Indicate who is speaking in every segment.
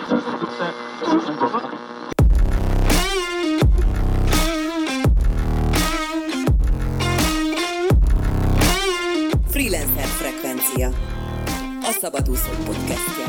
Speaker 1: Freelancer Frekvencia, a Szabadúszók podcastja.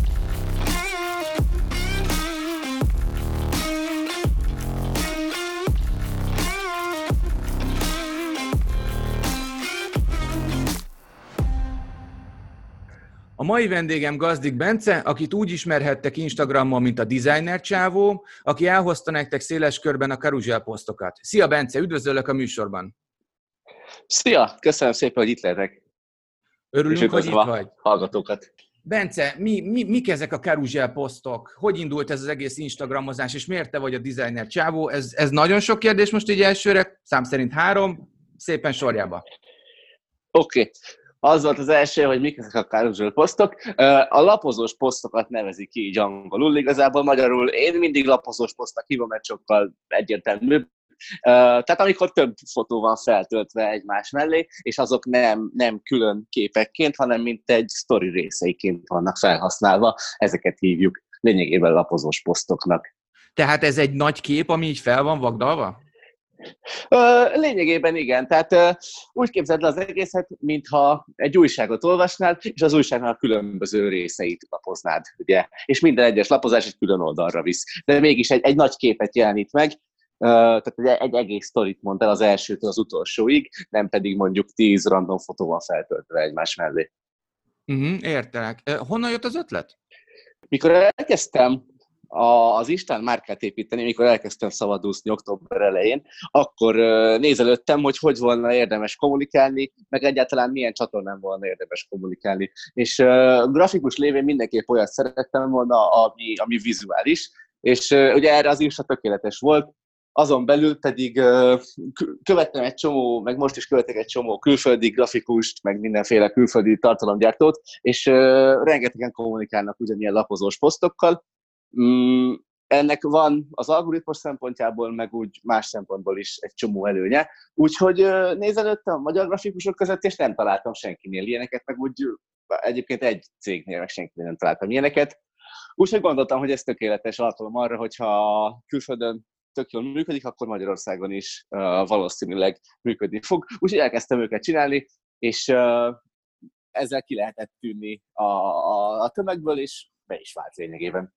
Speaker 2: A mai vendégem Gazdik Bence, akit úgy ismerhettek Instagramon, mint a designer csávó, aki elhozta nektek széles körben a Carousel posztokat. Szia Bence, üdvözöllek a műsorban!
Speaker 3: Szia! Köszönöm szépen, hogy itt lehetek.
Speaker 2: Örülünk, hogy itt vagy.
Speaker 3: Hallgatókat.
Speaker 2: Bence, mik ezek a Carousel posztok? Hogy indult ez az egész Instagramozás, és miért te vagy a designer csávó? Ez nagyon sok kérdés most így elsőre, szám szerint 3, szépen sorjába.
Speaker 3: Oké. Az volt az első, hogy mik ezek a Carousel posztok. A lapozós posztokat nevezik ki így angolul, igazából magyarul én mindig lapozós posztnak hívom, mert sokkal egyértelműbb. Tehát amikor több fotó van feltöltve egymás mellé, és azok nem külön képekként, hanem mint egy sztori részeiként vannak felhasználva, ezeket hívjuk lényegében lapozós posztoknak.
Speaker 2: Tehát ez egy nagy kép, ami így fel van vagdalva?
Speaker 3: Lényegében igen, tehát úgy képzeld az egészet, mintha egy újságot olvasnád, és az újságnak a különböző részeit lapoznád, ugye? És minden egyes lapozás egy külön oldalra visz. De mégis egy nagy képet jelenít meg, tehát egy egész sztorit mond el az elsőtől az utolsóig, nem pedig mondjuk 10 random fotóval feltöltve egymás mellé.
Speaker 2: Értelek. Honnan jött az ötlet?
Speaker 3: Mikor elkezdtem az Instán márkát építeni, mikor elkezdtem szabadúszni október elején, akkor nézelődtem, hogy volna érdemes kommunikálni, meg egyáltalán milyen csatornán volna érdemes kommunikálni. És grafikus lévén mindenképp olyat szerettem volna, ami vizuális, és ugye erre az Insta tökéletes volt, azon belül pedig követtem egy csomó, meg most is követek egy csomó külföldi grafikust, meg mindenféle külföldi tartalomgyártót, és rengetegen kommunikálnak ugyanilyen lapozós posztokkal. Ennek van az algoritmus szempontjából, meg úgy más szempontból is egy csomó előnye. Úgyhogy nézelődtem a magyar grafikusok között, és nem találtam senkinél ilyeneket, meg úgy egyébként egy cégnél meg senkinél nem találtam ilyeneket. Úgyhogy gondoltam, hogy ez tökéletes alkalom arra, hogyha külföldön tök jól működik, akkor Magyarországon is valószínűleg működni fog. Úgyhogy elkezdtem őket csinálni, és ezzel ki lehetett tűnni a tömegből, és be is vált lényegében.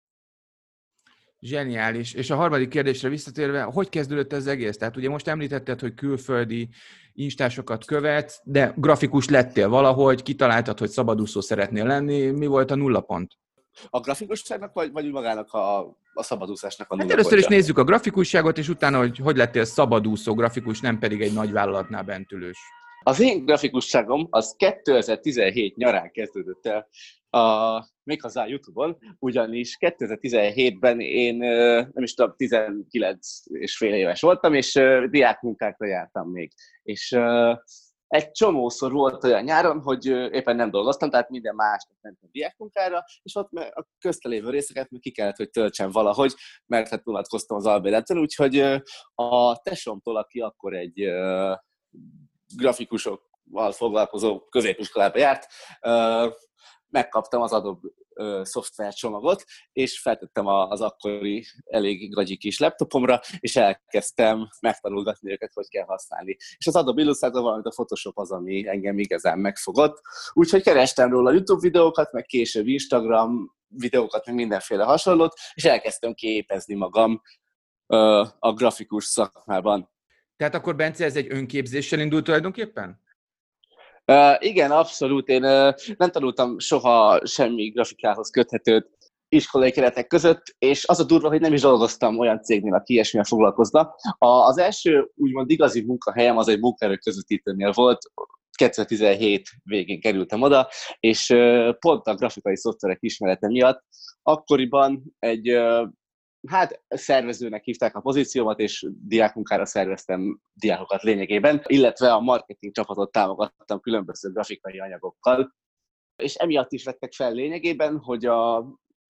Speaker 2: Zseniális. És a harmadik kérdésre visszatérve, hogy kezdődött ez egész? Tehát ugye most említetted, hogy külföldi instásokat követsz, de grafikus lettél valahogy, kitaláltad, hogy szabadúszó szeretnél lenni. Mi volt a nullapont?
Speaker 3: A grafikusságnak, vagy magának a szabadúszásnak a nullapontja?
Speaker 2: Először is nézzük a grafikusságot, és utána, hogy lettél szabadúszó grafikus, nem pedig egy nagy vállalatnál bentülős.
Speaker 3: Az én grafikusságom az 2017 nyarán kezdődött el, méghozzá YouTube-on, ugyanis 2017-ben én nem is tudom, 19 és fél éves voltam, és diákmunkákra jártam még. És egy csomószor volt olyan nyáron, hogy éppen nem dolgoztam, tehát minden másnap mentem diákmunkára, és ott a köztelévő részeket ki kellett, hogy töltsem valahogy, mert hát unatkoztam az albélettől, úgyhogy a tesómtól, aki akkor egy grafikusokkal foglalkozó középiskolába járt, megkaptam az Adobe szoftvercsomagot, és feltettem az akkori elég gagyi kis laptopomra, és elkezdtem megtanulgatni őket, hogy kell használni. És az Adobe Illustrator, valamint a Photoshop az, ami engem igazán megfogott. Úgyhogy kerestem róla YouTube videókat, meg később Instagram videókat, meg mindenféle hasonlót, és elkezdtem képezni magam a grafikus szakmában.
Speaker 2: Tehát akkor Bence, ez egy önképzéssel indult tulajdonképpen?
Speaker 3: Igen, abszolút. Én nem tanultam soha semmi grafikához köthetőt iskolai keretek között, és az a durva, hogy nem is dolgoztam olyan cégnél, aki ilyesmivel foglalkozna. Az első úgymond igazi munkahelyem az egy munkaerő közvetítőnél volt, 2017 végén kerültem oda, és pont a grafikai szoftverek ismerete miatt akkoriban egy szervezőnek hívták a pozíciómat, és diákmunkára szerveztem diákokat lényegében, illetve a marketing csapatot támogattam különböző grafikai anyagokkal, és emiatt is vettek fel lényegében, hogy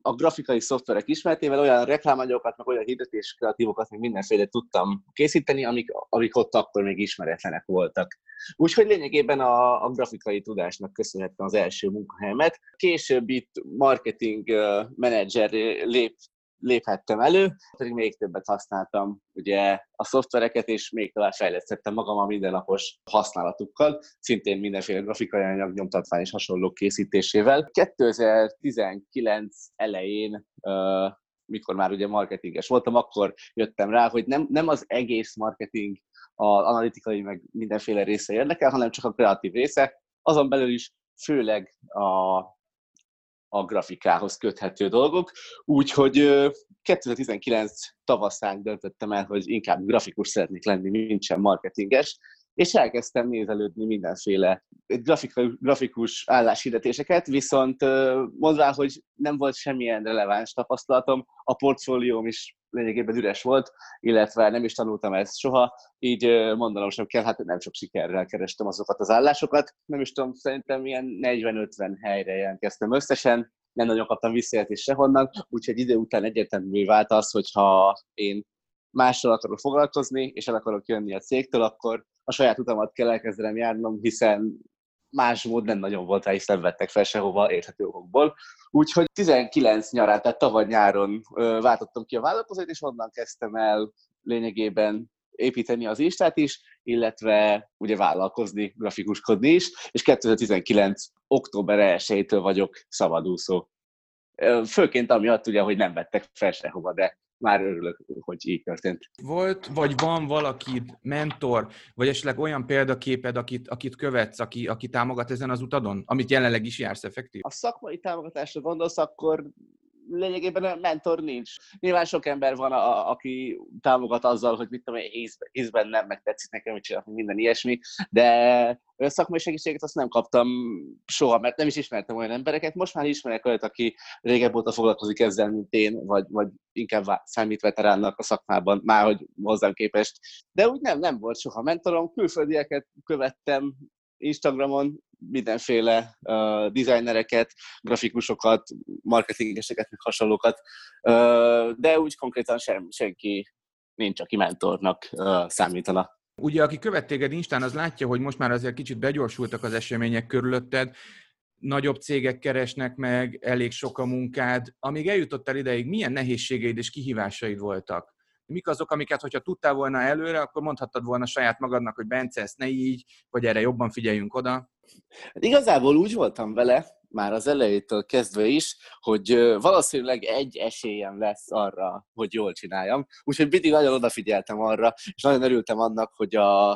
Speaker 3: a grafikai szoftverek ismeretével olyan reklámanyagоkat, meg olyan hirdetés kreatívokat, meg mindenféle tudtam készíteni, amik ott akkor még ismeretlenek voltak. Úgyhogy lényegében a grafikai tudásnak köszönhettem az első munkahelyemet. Később itt marketing menedzser léphettem elő, pedig még többet használtam ugye a szoftvereket, és még tovább fejlesztettem magam a mindennapos használatukkal, szintén mindenféle grafikai anyag, nyomtatvány és hasonlók készítésével. 2019 elején, mikor már ugye marketinges voltam, akkor jöttem rá, hogy nem az egész marketing, az analitikai meg mindenféle része érdekel, hanem csak a kreatív része, azon belül is főleg a grafikához köthető dolgok. Úgyhogy 2019 tavaszán döntöttem el, hogy inkább grafikus szeretnék lenni, mint sem marketinges, és elkezdtem nézelődni mindenféle grafikus álláshirdetéseket, viszont mondván, hogy nem volt semmilyen releváns tapasztalatom, a portfólióm is lényegében üres volt, illetve nem is tanultam ezt soha, így mondanom sem kell, hát nem sok sikerrel kerestem azokat az állásokat. Nem is tudom, szerintem ilyen 40-50 helyre jelentkeztem összesen, nem nagyon kaptam visszajelzést sehonnan, úgyhogy idő után egyértelművé vált az, hogyha én mással akarok foglalkozni, és el akarok jönni a cégtől, akkor a saját utamat kell elkezdenem járnom, hiszen más mód nem nagyon volt rá, és nem vettek fel sehova érthető okokból. Úgyhogy 19 nyarán, tehát tavaly nyáron váltottam ki a vállalkozót, és onnan kezdtem el lényegében építeni az Instát is, illetve ugye vállalkozni, grafikuskodni is, és 2019. október 1-től vagyok szabadúszó. Főként amiatt ugye, hogy nem vettek fel sehova, de már örülök, hogy így történt.
Speaker 2: Volt, vagy van valakid mentor, vagy esetleg olyan példaképed, akit követsz, aki támogat ezen az utadon, amit jelenleg is jársz effektív?
Speaker 3: A szakmai támogatásra gondolsz, akkor lényegében mentor nincs. Nyilván sok ember van, aki támogat azzal, hogy mit tudom én, hisz bennem, meg tetszik nekem, hogy csinálok minden ilyesmi, de szakmai segítséget azt nem kaptam soha, mert nem is ismertem olyan embereket. Most már ismerek olyat, aki régebb óta foglalkozik ezzel, mint én, vagy inkább számít veteránnak a szakmában, már hogy hozzám képest. De úgy nem volt soha mentorom, külföldieket követtem Instagramon, mindenféle designereket, grafikusokat, marketingeseket, meg hasonlókat, de úgy konkrétan senki nincs, aki mentornak számítana.
Speaker 2: Ugye, aki követ téged Instán, az látja, hogy most már azért kicsit begyorsultak az események körülötted, nagyobb cégek keresnek meg, elég sok a munkád. Amíg eljutottál ideig, milyen nehézségeid és kihívásaid voltak? Mik azok, amiket, hogyha tudtál volna előre, akkor mondhattad volna saját magadnak, hogy Bence, ezt ne így, vagy erre jobban figyeljünk oda?
Speaker 3: Igazából úgy voltam vele, már az elejétől kezdve is, hogy valószínűleg egy esélyem lesz arra, hogy jól csináljam. Úgyhogy mindig nagyon odafigyeltem arra, és nagyon örültem annak, hogy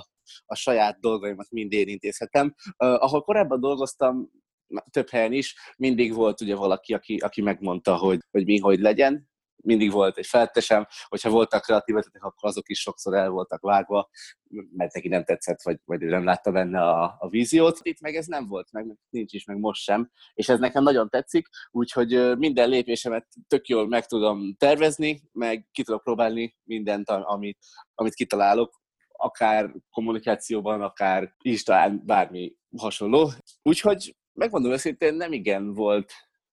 Speaker 3: a saját dolgaimat mind én intézhetem. Ahol korábban dolgoztam, több helyen is, mindig volt ugye valaki, aki megmondta, hogy mi hogy legyen. Mindig volt egy feltesem, hogyha voltak kreatív ötletek, akkor azok is sokszor el voltak vágva, mert neki nem tetszett, vagy ő nem látta benne a víziót. Itt meg ez nem volt, meg nincs is, meg most sem, és ez nekem nagyon tetszik, úgyhogy minden lépésemet tök jól meg tudom tervezni, meg ki tudok próbálni mindent, amit kitalálok, akár kommunikációban, akár Instán, bármi hasonló. Úgyhogy megmondom őszintén, nem igen volt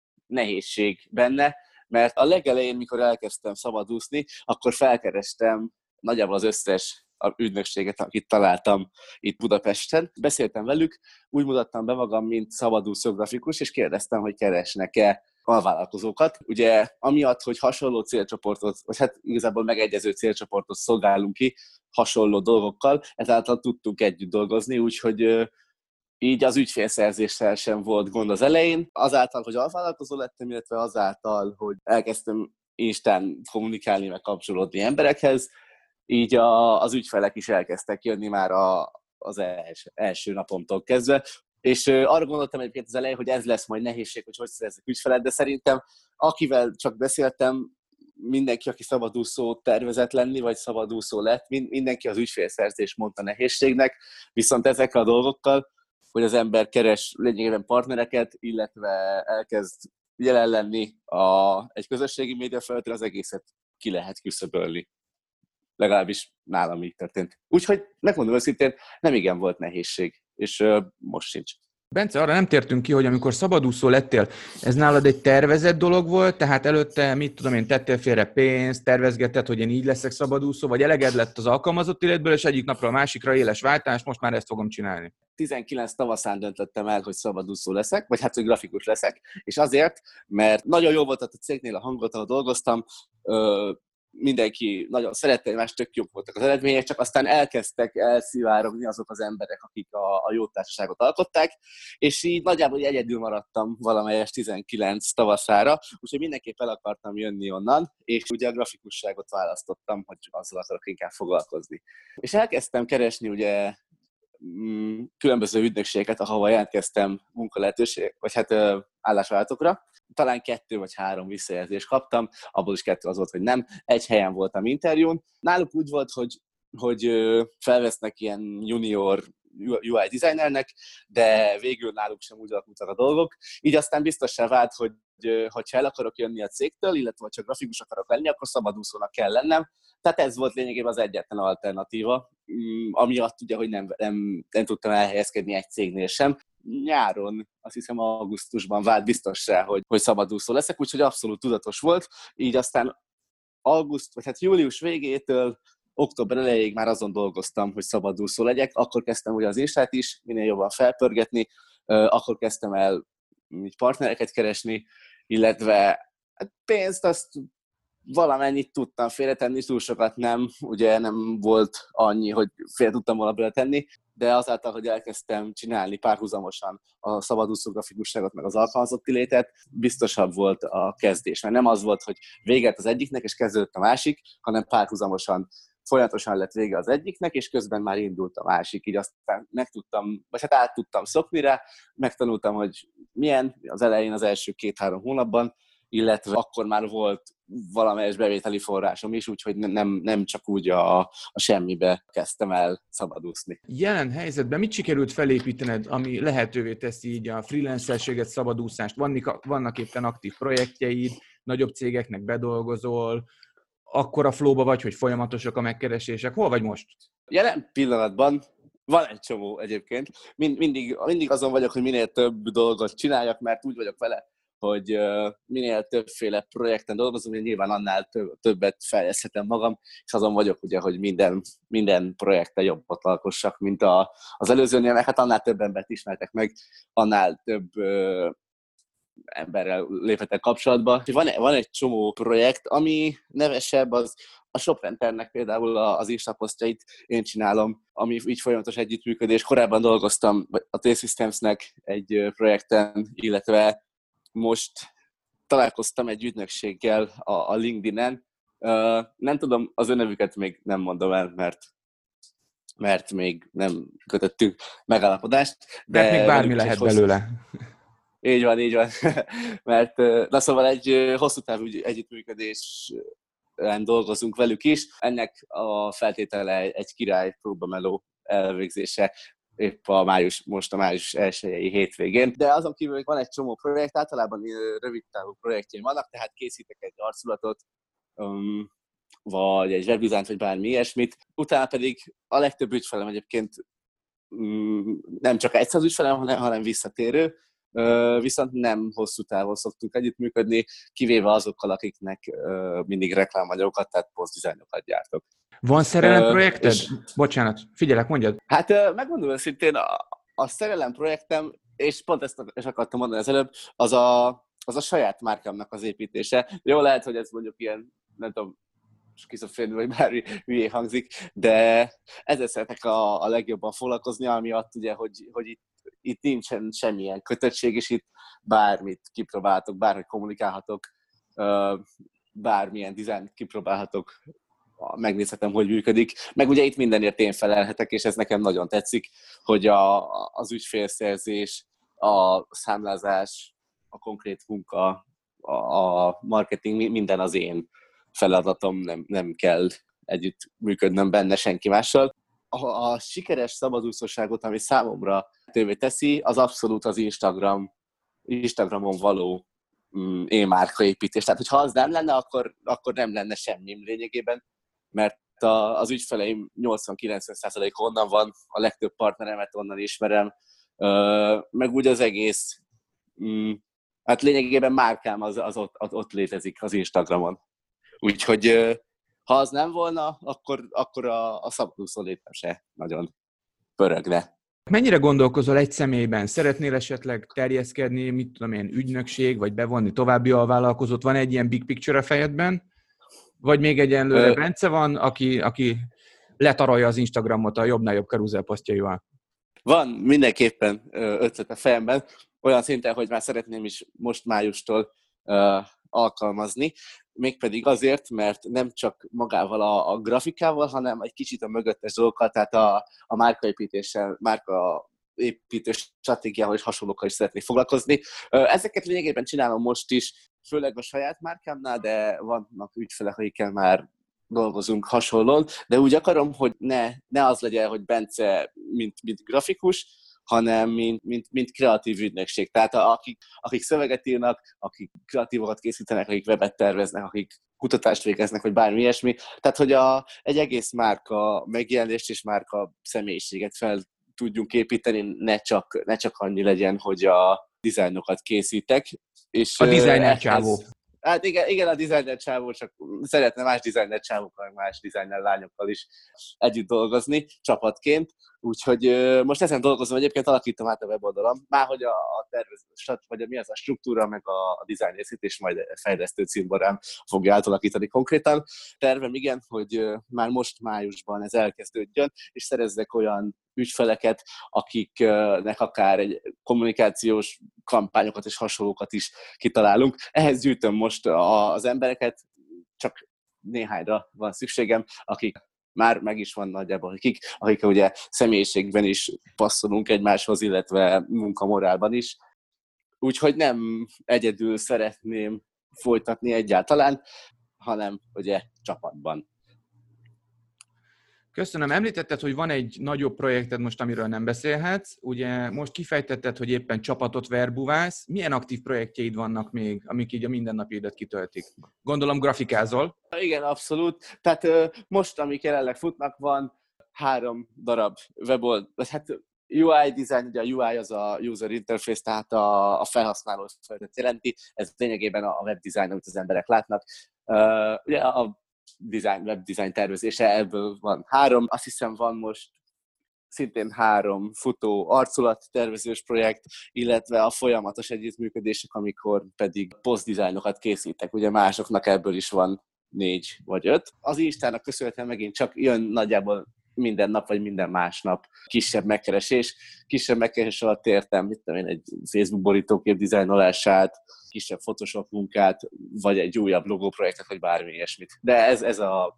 Speaker 3: nehézség benne, mert a legelején, mikor elkezdtem szabadúszni, akkor felkerestem nagyjából az összes ügynökséget, akit találtam itt Budapesten. Beszéltem velük, úgy mutattam be magam, mint szabadúszó grafikus, és kérdeztem, hogy keresnek-e alvállalkozókat. Ugye amiatt, hogy hasonló célcsoportot, vagy hát igazából megegyező célcsoportot szolgálunk ki hasonló dolgokkal, ezáltal tudtunk együtt dolgozni, úgyhogy így az ügyfélszerzéssel sem volt gond az elején. Azáltal, hogy alvállalkozó lettem, illetve azáltal, hogy elkezdtem Instán kommunikálni, meg kapcsolódni emberekhez, így az ügyfelek is elkezdtek jönni már az első napomtól kezdve. És arra gondoltam egyébként az elején, hogy ez lesz majd nehézség, hogy szerezzek ügyfelet, de szerintem akivel csak beszéltem, mindenki, aki szabadúszó tervezett lenni, vagy szabadúszó lett, mindenki az ügyfélszerzés mondta nehézségnek, viszont ezekkel a dolgokkal, hogy az ember keres lényegében partnereket, illetve elkezd jelen lenni egy közösségi médiafelületen, az egészet ki lehet küszöbölni. Legalábbis nálam így történt. Úgyhogy megmondom őszintén, nem igen volt nehézség, és most sincs.
Speaker 2: Bence, arra nem tértünk ki, hogy amikor szabadúszó lettél, ez nálad egy tervezett dolog volt, tehát előtte, mit tudom én, tettél félre pénzt, tervezgetted, hogy én így leszek szabadúszó, vagy eleged lett az alkalmazott életből, és egyik napról a másikra éles váltás, most már ezt fogom csinálni.
Speaker 3: 19 tavaszán döntöttem el, hogy szabadúszó leszek, vagy hát, hogy grafikus leszek, és azért, mert nagyon jó volt a cégnél a hangot, ahol dolgoztam, mindenki nagyon szerette egymást, tök jók voltak az eredmények, csak aztán elkezdtek elszivárogni azok az emberek, akik a jó társaságot alkották, és így nagyjából egyedül maradtam valamelyes 19 tavaszára, úgyhogy mindenképp el akartam jönni onnan, és ugye a grafikusságot választottam, hogy azzal akarok inkább foglalkozni. És elkezdtem keresni ugye különböző ügynökségeket, ahova jelentkeztem munkalehetőség, vagy hát állásvállalatokra. Talán 2 vagy 3 visszajelzést kaptam, abból is 2 az volt, hogy nem. Egy helyen voltam interjún. Náluk úgy volt, hogy felvesznek ilyen junior UI designernek, de végül náluk sem úgy alakultak a dolgok. Így aztán biztossá vált, hogy ha el akarok jönni a cégtől, illetve ha csak grafikus akarok lenni, akkor szabadúszónak kell lennem. Tehát ez volt lényegében az egyetlen alternatíva, amiatt ugye, hogy nem tudtam elhelyezkedni egy cégnél sem. Nyáron, azt hiszem augusztusban vált biztossá, hogy szabadúszó leszek, úgyhogy abszolút tudatos volt. Így aztán július végétől október elejéig már azon dolgoztam, hogy szabadúszó legyek. Akkor kezdtem ugye az Instát is minél jobban felpörgetni, akkor kezdtem el partnereket keresni, illetve hát pénzt azt valamennyit tudtam félretenni, túl sokat nem, ugye nem volt annyi, hogy félre tudtam volna beletenni, de azáltal, hogy elkezdtem csinálni párhuzamosan a szabadúszó grafikusságot, meg az alkalmazotti létet, biztosabb volt a kezdés, mert nem az volt, hogy véget az egyiknek, és kezdődött a másik, hanem párhuzamosan folyamatosan lett vége az egyiknek, és közben már indult a másik, így aztán át tudtam szokni rá, megtanultam, hogy milyen az elején az első 2-3 hónapban, illetve akkor már volt valamelyes bevételi forrásom is, úgyhogy nem csak úgy a semmibe kezdtem el szabadúszni.
Speaker 2: Jelen helyzetben mit sikerült felépítened, ami lehetővé teszi így a freelancerséget, szabadúszást? Vannak éppen aktív projektjeid, nagyobb cégeknek bedolgozol, akkora flowba vagy, hogy folyamatosak a megkeresések. Hol vagy most?
Speaker 3: Jelen pillanatban van egy csomó egyébként. Mindig azon vagyok, hogy minél több dolgot csináljak, mert úgy vagyok vele, hogy minél többféle projekten dolgozom, hogy nyilván annál többet fejleszthetem magam, és azon vagyok ugye, hogy minden projekten jobbat alkossak, mint az előzőnél, mert hát annál több embert ismertek meg, annál több emberrel léphetek kapcsolatba. Van egy csomó projekt, ami nevesebb, az a Shoprenternek például az Insta posztjait én csinálom, ami így folyamatos együttműködés. Korábban dolgoztam a T-Systemsnek egy projekten, illetve most találkoztam egy ügynökséggel a LinkedIn-en. Nem tudom, az nevüket még nem mondom el, mert még nem kötöttünk megállapodást.
Speaker 2: De még bármi lehet belőle.
Speaker 3: Így van. Mert, szóval egy hosszú távú együttműködésen dolgozunk velük is. Ennek a feltétele egy király próbameló elvégzése épp most a május 1-i hétvégén. De azon kívül van egy csomó projekt, általában rövid távú projektjeim vannak, tehát készítek egy arculatot, vagy egy webdizájnt, vagy bármi ilyesmit. Utána pedig a legtöbb ügyfelem egyébként nem csak egyszer az ügyfelem, hanem visszatérő, viszont nem hosszú távon szoktunk együttműködni, kivéve azokkal, akiknek mindig reklámanyagokat, tehát posztdizájnokat gyártok.
Speaker 2: Van szerelem projekted? Bocsánat, figyelek, mondjad.
Speaker 3: Hát megmondom őszintén, a szerelem projektem, és pont ezt is akartam mondani az előbb, az a saját márkámnak az építése. Jó, lehet, hogy ez mondjuk ilyen, nem tudom, skizofrén vagy bármi hülyé hangzik, de ezzel szeretek a legjobban foglalkozni, amiatt ugye, hogy itt nincsen semmilyen kötöttség, és itt bármit kipróbálhatok, bárhogy kommunikálhatok, bármilyen dizájnt kipróbálhatok, megnézhetem, hogy működik. Meg ugye itt mindenért én felelhetek, és ez nekem nagyon tetszik, hogy az ügyfélszerzés, a számlázás, a konkrét munka, a marketing, minden az én feladatom, nem kell együtt működnöm benne senki mással. A sikeres szabadúszóságot, ami számomra lehetővé teszi, az abszolút az Instagramon való én márkaépítés. Tehát, hogyha az nem lenne, akkor nem lenne semmim lényegében, mert az ügyfeleim 80-90% onnan van, a legtöbb partneremet onnan ismerem, meg úgy az egész, hát lényegében márkám az ott létezik az Instagramon. Úgyhogy ha az nem volna, akkor a szabadúszó létem se nagyon pörögne.
Speaker 2: Mennyire gondolkozol egy személyben? Szeretnél esetleg terjeszkedni, mit tudom én, ügynökség, vagy bevonni további alvállalkozót? Van egy ilyen big picture a fejedben? Vagy még egyenlőre Bence van, aki letarolja az Instagramot a jobbnál jobb karuzelposztjaival?
Speaker 3: Van mindenképpen ötlet a fejemben, olyan szinten, hogy már szeretném is most májustól alkalmazni, mégpedig azért, mert nem csak magával a grafikával, hanem egy kicsit a mögöttes dolgokkal, tehát a márkaépítéssel, márkaépítős stratégiával és hasonlókkal is szeretnék foglalkozni. Ezeket lényegében csinálom most is, főleg a saját márkámnál, de vannak ügyfelek, akikkel már dolgozunk hasonlóan, de úgy akarom, hogy ne az legyen, hogy Bence mint grafikus, hanem mint kreatív ügynökség. Tehát akik szöveget írnak, akik kreatívokat készítenek, akik webet terveznek, akik kutatást végeznek, vagy bármi ilyesmi. Tehát, hogy egy egész márka megjelenést és márka személyiséget fel tudjunk építeni, ne csak annyi legyen, hogy a dizájnokat készítek. És
Speaker 2: a designer csávó.
Speaker 3: Hát igen, a designer csávó, csak szeretne más designer csávókkal, más designer lányokkal is együtt dolgozni, csapatként. Úgyhogy most ezen dolgozom, egyébként alakítom át a weboldalam. Már hogy a tervező, vagy mi az a struktúra, meg a design és majd fejlesztő címbarám fogja átalakítani konkrétan. Tervem igen, hogy már most májusban ez elkezdődjön, és szerezzek olyan ügyfeleket, akiknek akár egy kommunikációs kampányokat és hasonlókat is kitalálunk. Ehhez gyűjtöm most az embereket, csak néhányra van szükségem, akik már meg is van nagyjából, akik ugye személyiségben is passzolunk egymáshoz, illetve munkamorálban is. Úgyhogy nem egyedül szeretném folytatni egyáltalán, hanem ugye csapatban.
Speaker 2: Köszönöm. Említetted, hogy van egy nagyobb projekted most, amiről nem beszélhetsz. Ugye most kifejtetted, hogy éppen csapatot verbuválsz. Milyen aktív projektjeid vannak még, amik így a mindennapjaidat kitöltik? Gondolom grafikázol.
Speaker 3: Igen, abszolút. Tehát most, amik jelenleg futnak, van 3 darab weboldal, hát UI design, ugye a UI az a user interface, tehát a felhasználó felületet jelenti. Ez lényegében a web design, amit az emberek látnak. Ugye a web design tervezése, ebből van 3. Azt hiszem van most szintén 3 futó arculat tervezős projekt, illetve a folyamatos együttműködések, amikor pedig posztdizájnokat készítek. Ugye másoknak ebből is van 4 vagy 5. Az Instának köszönhetően megint csak jön nagyjából minden nap, vagy minden másnap kisebb megkeresés. Kisebb megkeresés alatt értem, mit tudom én, egy Facebook borítókép dizájnolását, kisebb Photoshop munkát, vagy egy újabb logóprojektet, vagy bármi ilyesmit. De ez a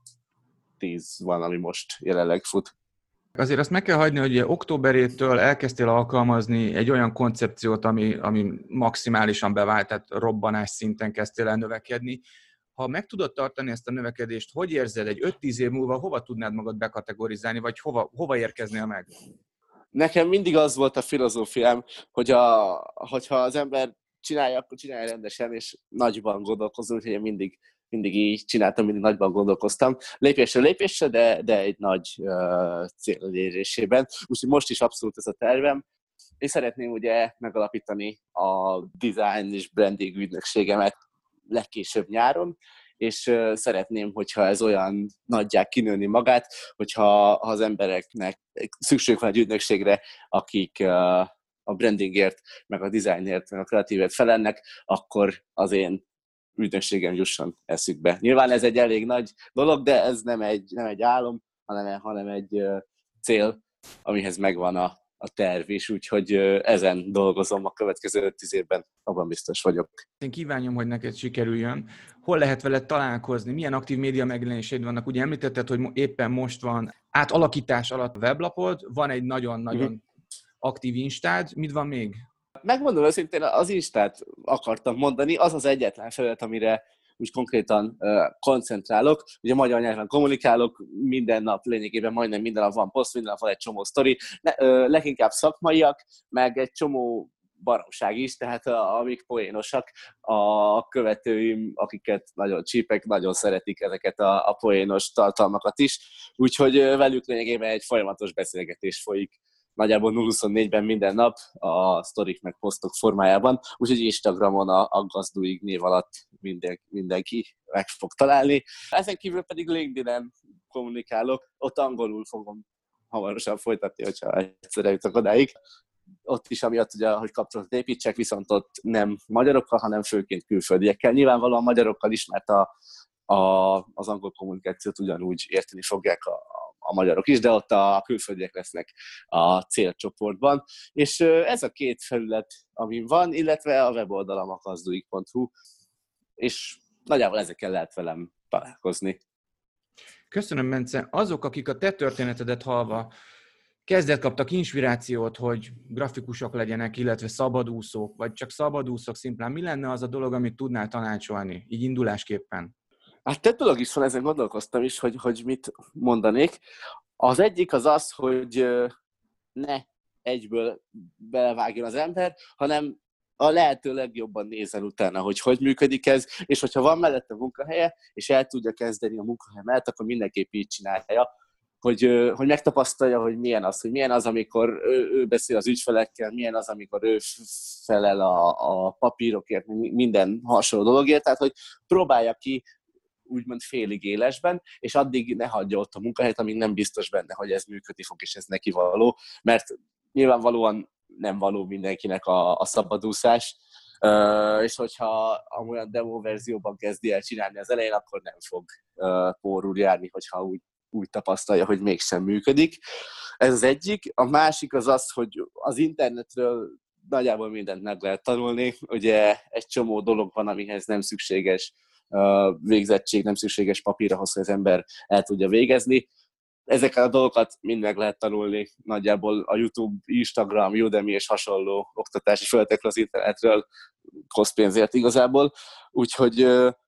Speaker 3: 10 van, ami most jelenleg fut.
Speaker 2: Azért azt meg kell hagyni, hogy októberétől elkezdtél alkalmazni egy olyan koncepciót, ami maximálisan bevált, tehát robbanás szinten kezdtél el növekedni. Ha meg tudod tartani ezt a növekedést, hogy érzed, egy 5-10 év múlva hova tudnád magad bekategorizálni, vagy hova érkeznél meg? Nekem
Speaker 3: mindig az volt a filozófiám, hogyha az ember csinálja, akkor csinálja rendesen, és nagyban gondolkozunk, hogy én mindig így csináltam, mindig nagyban gondolkoztam. Lépésről lépésre, de egy nagy cél elérésében. Úgyhogy most is abszolút ez a tervem. És szeretném ugye megalapítani a design és branding ügynökségemet legkésőbb nyáron, és szeretném, hogyha ez olyan nagyjá kinőni magát, hogyha az embereknek szükség van egy ügynökségre, akik a brandingért, meg a designért, meg a kreatívért felelnek, akkor az én ügynökségem jusson eszükbe. Nyilván ez egy elég nagy dolog, de ez nem egy álom, hanem egy cél, amihez megvan a terv is, úgyhogy ezen dolgozom a következő 5-10 évben, abban biztos vagyok.
Speaker 2: Én kívánom, hogy neked sikerüljön. Hol lehet veled találkozni? Milyen aktív média megjelenéseid vannak? Ugye említetted, hogy éppen most van átalakítás alatt a weblapod, van egy nagyon-nagyon aktív Instád. Mit van még?
Speaker 3: Megmondom őszintén, az Instát akartam mondani, az az egyetlen felület, amire úgy konkrétan koncentrálok. Ugye magyar nyelven kommunikálok, minden nap lényegében majdnem minden nap van poszt, minden nap van egy csomó sztori, leginkább szakmaiak, meg egy csomó baromság is, tehát amik poénosak, a követőim, akiket nagyon csípek, nagyon szeretik ezeket a poénos tartalmakat is, úgyhogy velük lényegében egy folyamatos beszélgetés folyik nagyjából 0-24-ben minden nap a sztorik meg posztok formájában, úgyhogy Instagramon a Gazdúig név alatt mindenki meg fog találni. Ezen kívül pedig LinkedIn-en kommunikálok, ott angolul fogom hamarosan folytatni, hogyha egyszerre jutok odáig. Ott is, amiatt ugye, hogy kapcsolatot építsek, viszont ott nem magyarokkal, hanem főként külföldiekkel. Nyilvánvalóan magyarokkal is, mert az angol kommunikációt ugyanúgy érteni fogják a magyarok is, de ott a külföldiek lesznek a célcsoportban. És ez a két felület, amin van, illetve a weboldalam a gazduig.hu, és nagyjából ezekkel lehet velem találkozni.
Speaker 2: Köszönöm, Bence. Azok, akik a te történetedet hallva kaptak inspirációt, hogy grafikusok legyenek, illetve szabadúszók, vagy csak szabadúszók szimplán, mi lenne az a dolog, amit tudnál tanácsolni, így indulásképpen?
Speaker 3: Hát több dolog is van, ezen gondolkoztam is, hogy mit mondanék. Az egyik az, hogy ne egyből belevágjon az ember, hanem a lehető legjobban nézzen utána, hogy működik ez, és hogyha van mellette munkahelye, és el tudja kezdeni a munkahely mellett, akkor mindenképp így csinálja, hogy megtapasztalja, hogy milyen az, amikor ő beszél az ügyfelekkel, milyen az, amikor ő felel a papírokért, minden hasonló dologért, tehát hogy próbálja ki úgymond félig élesben, és addig ne hagyja ott a munkahelyet, amíg nem biztos benne, hogy ez működni fog, és ez neki való, mert nyilvánvalóan nem való mindenkinek a szabadúszás, és hogyha olyan demo verzióban kezdi el csinálni az elején, akkor nem fog pórul járni, hogyha úgy tapasztalja, hogy mégsem működik. Ez az egyik. A másik az, hogy az internetről nagyjából mindent meg lehet tanulni. Ugye egy csomó dolog van, amihez nem szükséges végzettség, nem szükséges papír ahhoz, hogy az ember el tudja végezni. Ezeket a dolgokat mind meg lehet tanulni. Nagyjából a YouTube, Instagram, Udemy és hasonló oktatási felületekről az internetről kosztpénzért igazából. Úgyhogy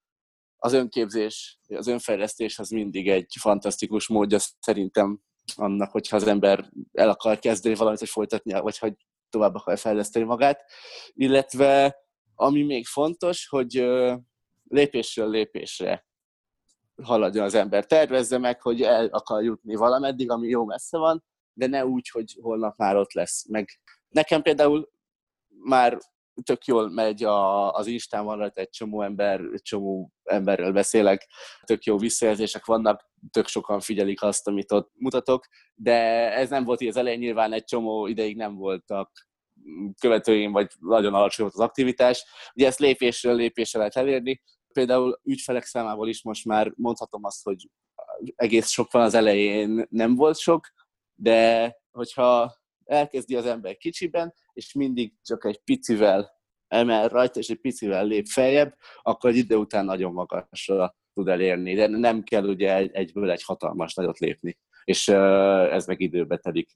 Speaker 3: az önképzés, az önfejlesztés az mindig egy fantasztikus módja szerintem annak, hogyha az ember el akar kezdeni valamit, hogy folytatnia, vagy hogy tovább akar fejleszteni magát. Illetve ami még fontos, hogy lépésről lépésre haladjon az ember. Tervezze meg, hogy el akar jutni valameddig, ami jó messze van, de ne úgy, hogy holnap már ott lesz. Meg nekem például már tök jól megy az Instán, van rajta egy csomó emberrel beszélek, tök jó visszajelzések vannak, tök sokan figyelik azt, amit ott mutatok, de ez nem volt így az elején, nyilván egy csomó ideig nem voltak követőim, vagy nagyon alacsony volt az aktivitás. Ugye ezt lépésről lépésre lehet elérni. Például ügyfelek számából is most már mondhatom azt, hogy egész sok van, az elején nem volt sok, de hogyha elkezdi az ember kicsiben, és mindig csak egy picivel emel rajta, és egy picivel lép feljebb, akkor egy idő után nagyon magasra tud elérni. De nem kell ugye egyből egy hatalmas nagyot lépni. És ez meg időbe telik.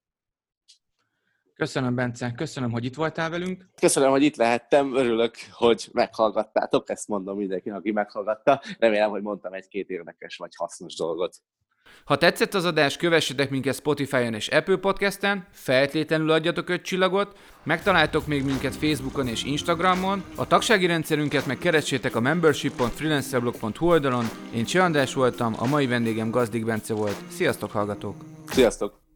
Speaker 2: Köszönöm, Bence. Köszönöm, hogy itt voltál velünk.
Speaker 3: Köszönöm, hogy itt lehettem. Örülök, hogy meghallgattátok. Ezt mondom mindenkinek, aki meghallgatta. Remélem, hogy mondtam egy-két érdekes vagy hasznos dolgot.
Speaker 2: Ha tetszett az adás, kövessetek minket Spotify-on és Apple Podcasten, feltétlenül adjatok 5 csillagot, megtaláltok még minket Facebookon és Instagramon, a tagsági rendszerünket meg keressétek a membership.freelancerblog.hu oldalon. Én Cseh András voltam, a mai vendégem Gazdig Bence volt. Sziasztok, hallgatók!
Speaker 3: Sziasztok!